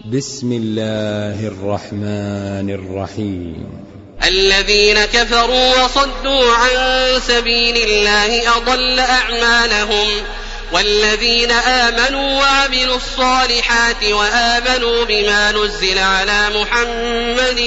بسم الله الرحمن الرحيم. الذين كفروا وصدوا عن سبيل الله أضل أعمالهم، والذين آمنوا وعملوا الصالحات وآمنوا بما نزل على محمد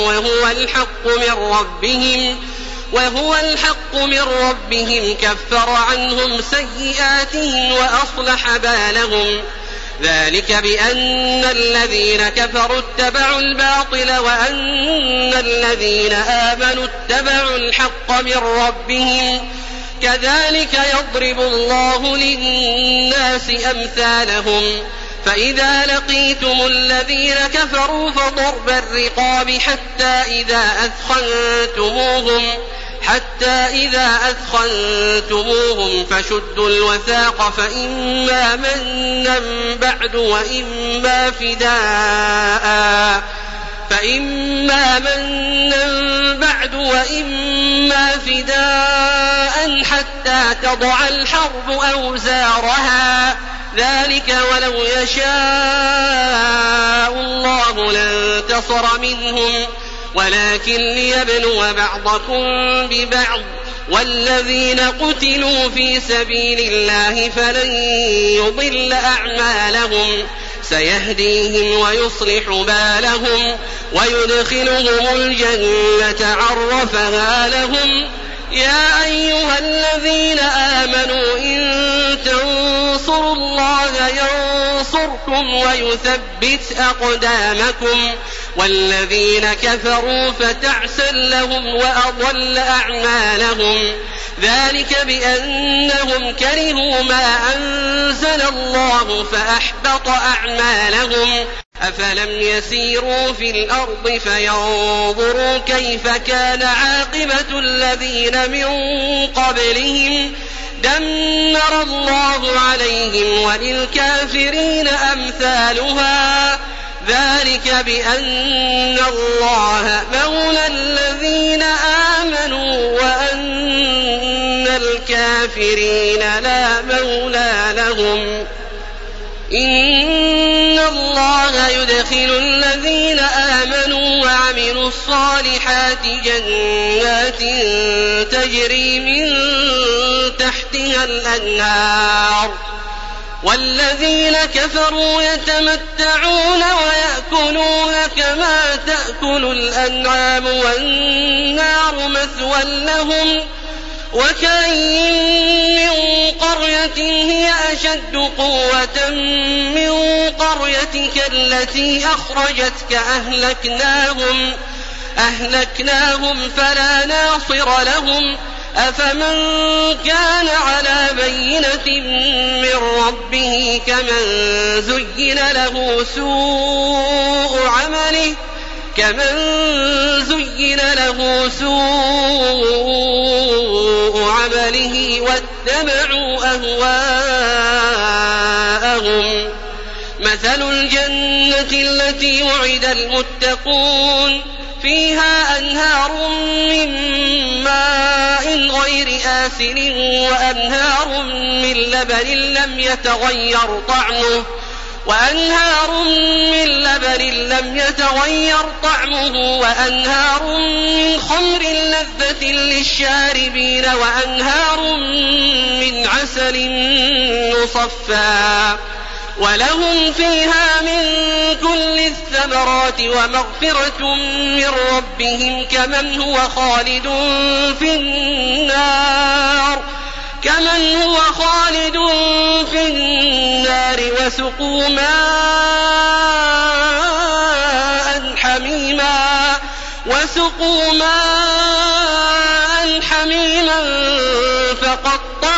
وهو الحق من ربهم كفر عنهم سيئاتهم وأصلح بالهم. ذلك بأن الذين كفروا اتبعوا الباطل وأن الذين آمنوا اتبعوا الحق من ربهم، كذلك يضرب الله للناس أمثالهم. فإذا لقيتم الذين كفروا فضرب الرقاب حتى إذا أثخنتموهم فشدوا الوثاق فإما منا بعد وإما فداء حتى تضع الحرب أوزارها. ذلك ولو يشاء الله لانتصر منهم ولكن ليبلو بعضكم ببعض. والذين قتلوا في سبيل الله فلن يضل أعمالهم، سيهديهم ويصلح بالهم ويدخلهم الجنة عرفها لهم. يا أيها الذين آمنوا إن تنصروا الله ينصركم ويثبت أقدامكم. والذين كفروا فتعسا لهم وأضل أعمالهم. ذلك بأنهم كرهوا ما أنزل الله فأحبط أعمالهم. أفلم يسيروا في الأرض فينظروا كيف كان عاقبة الذين من قبلهم، دمر الله عليهم وللكافرين أمثالها. ذلك بأن الله مولى الذين آمنوا وأن الكافرين لا مولى لهم. إن الله يدخل الذين آمنوا وعملوا الصالحات جنات تجري من تحتها الأنهار، والذين كفروا يتمتعون ويأكلون كما تأكل الأنعام والنار مثوى لهم. وكأين من قرية هي أشد قوة من قريتك التي أخرجتك أهلكناهم فلا ناصر لهم. أفمن كان على بينة من ربه كمن زين له سوء عمله واتبعوا أهواءهم. مثل الجنة التي وعد المتقون فيها أنهار من ماء غير آسن وأنهار من لبن لم يتغير طعمه وأنهار من خمر لذة للشاربين وأنهار من عسل مصفى ولهم فيها من كل الثمرات ومغفرة من ربهم كمن هو خالد في النار وسقوا ماء حميما فقطع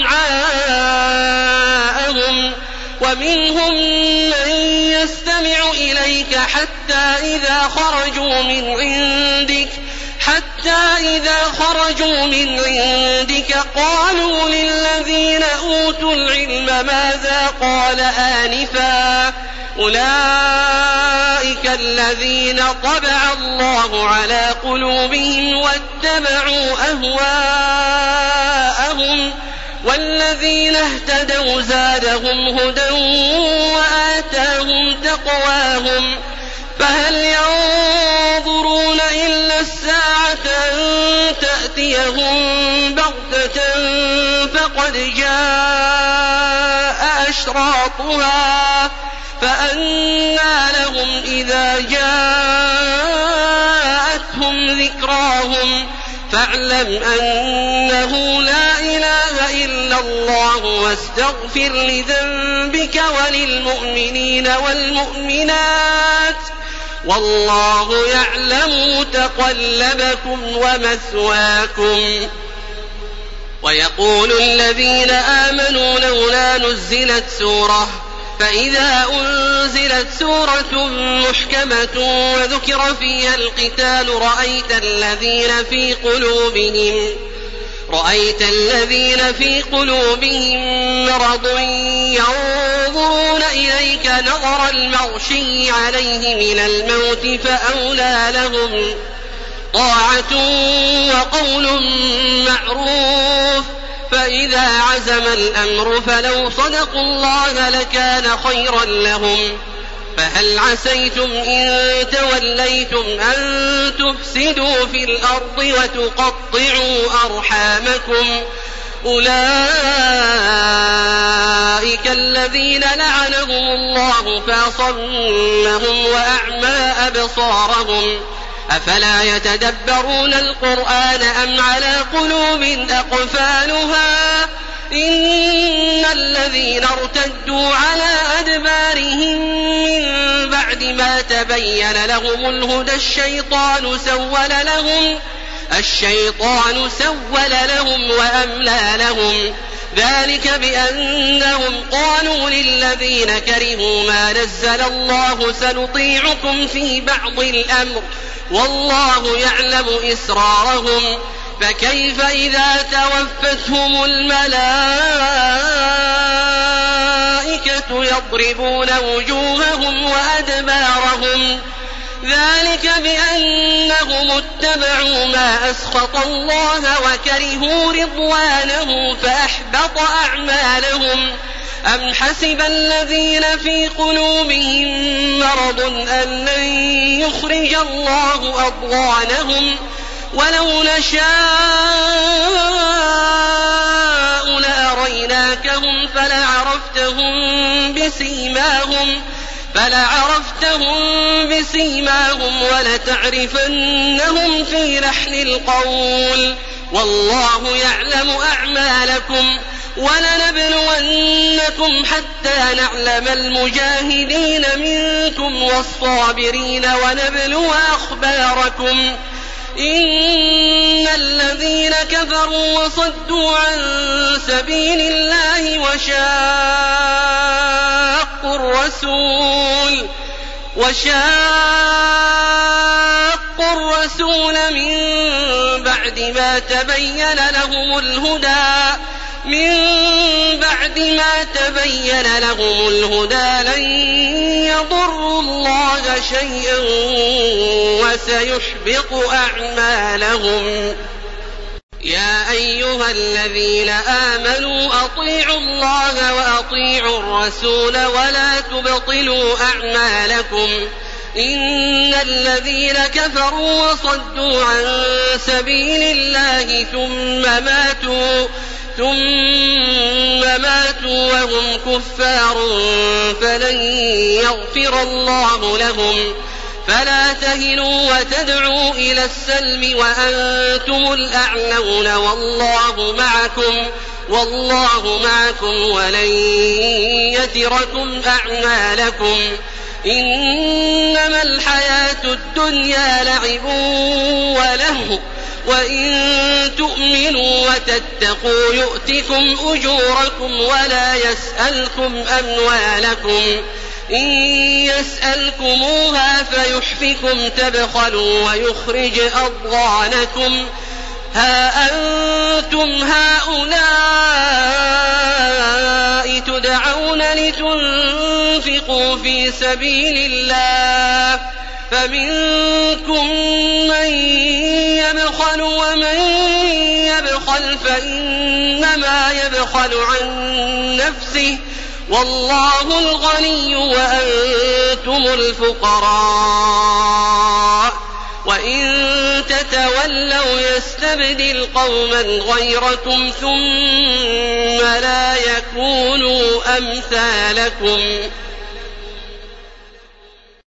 أمعاءهم. ومنهم من يستمع إليك حتى إذا خرجوا من عندك قالوا للذين أوتوا العلم ماذا قال آنفا أولئك الذين طبع الله على قلوبهم واتبعوا أهواءهم. والذين اهتدوا زادهم هدى وآتاهم تقواهم فهل ينظرون إلا الساعة أن تأتيهم بغتة فقد جاء أشراطها فأنى لهم إذا جاءتهم ذكراهم فاعلم أنه لا إله إلا الله واستغفر لذنبك وللمؤمنين والمؤمنات والله يعلم متقلبكم ومثواكم. ويقول الذين آمنوا لولا نزلت سورة فإذا أنزلت سورة محكمة وذكر فيها القتال رأيت الذين في قلوبهم مرض ينظرون إليك نظر المغشي عليه من الموت فأولى لهم طاعة وقول معروف فإذا عزم الأمر فلو صدقوا الله لكان خيرا لهم فهل عسيتم إن توليتم أن تفسدوا في الأرض وتقطعوا أرحامكم أولئك الذين لعنهم الله فأصمهم وأعمى أبصارهم أفلا يتدبرون القرآن أم على قلوب أقفالها إن الذين ارتدوا على أدبارهم من بعد ما تبين لهم الهدى الشيطان سول لهم وأملى لهم ذلك بأنهم قالوا للذين كرهوا ما نزل الله سنطيعكم في بعض الأمر والله يعلم إسرارهم فكيف إذا توفتهم الملائكة يضربون وجوههم وأدبارهم ذلك بأنهم اتبعوا ما أسخط الله وكرهوا رضوانه فأحبط أعمالهم أم حسب الذين في قلوبهم مرض أن لن يخرج الله أضغانهم ولو نشاء لأريناكهم فلعرفتهم بسيماهم ولتعرفنهم في لحن القول والله يعلم أعمالكم ولنبلونكم حتى نعلم المجاهدين منكم والصابرين ونبلو أخباركم إن الذين كفروا وصدوا عن سبيل الله وشاقوا الرسول من بعد ما تبين لهم الهدى لن يضروا الله شيئا وسيحبط أعمالهم. يا أيها الذين آمنوا أطيعوا الله وأطيعوا الرسول ولا تبطلوا أعمالكم إن الذين كفروا وصدوا عن سبيل الله ثم ماتوا وهم كفار فلن يغفر الله لهم فلا تهنوا وتدعوا إلى السلم وأنتم الأعلون والله معكم ولن يتركم أعمالكم إنما الحياة الدنيا لعب وله وإن تؤمنوا وتتقوا يؤتكم أجوركم ولا يسألكم أموالكم إن يسألكموها فيحفكم تبخلوا ويخرج أضغانكم ها أنتم هؤلاء تدعون لتنفقوا في سبيل الله فمنكم من يبخل ومن يبخل فإنما يبخل عن نفسه والله الغني وأنتم الفقراء وإن تتولوا يستبدل قوما غيركم ثم لا يكونوا أمثالكم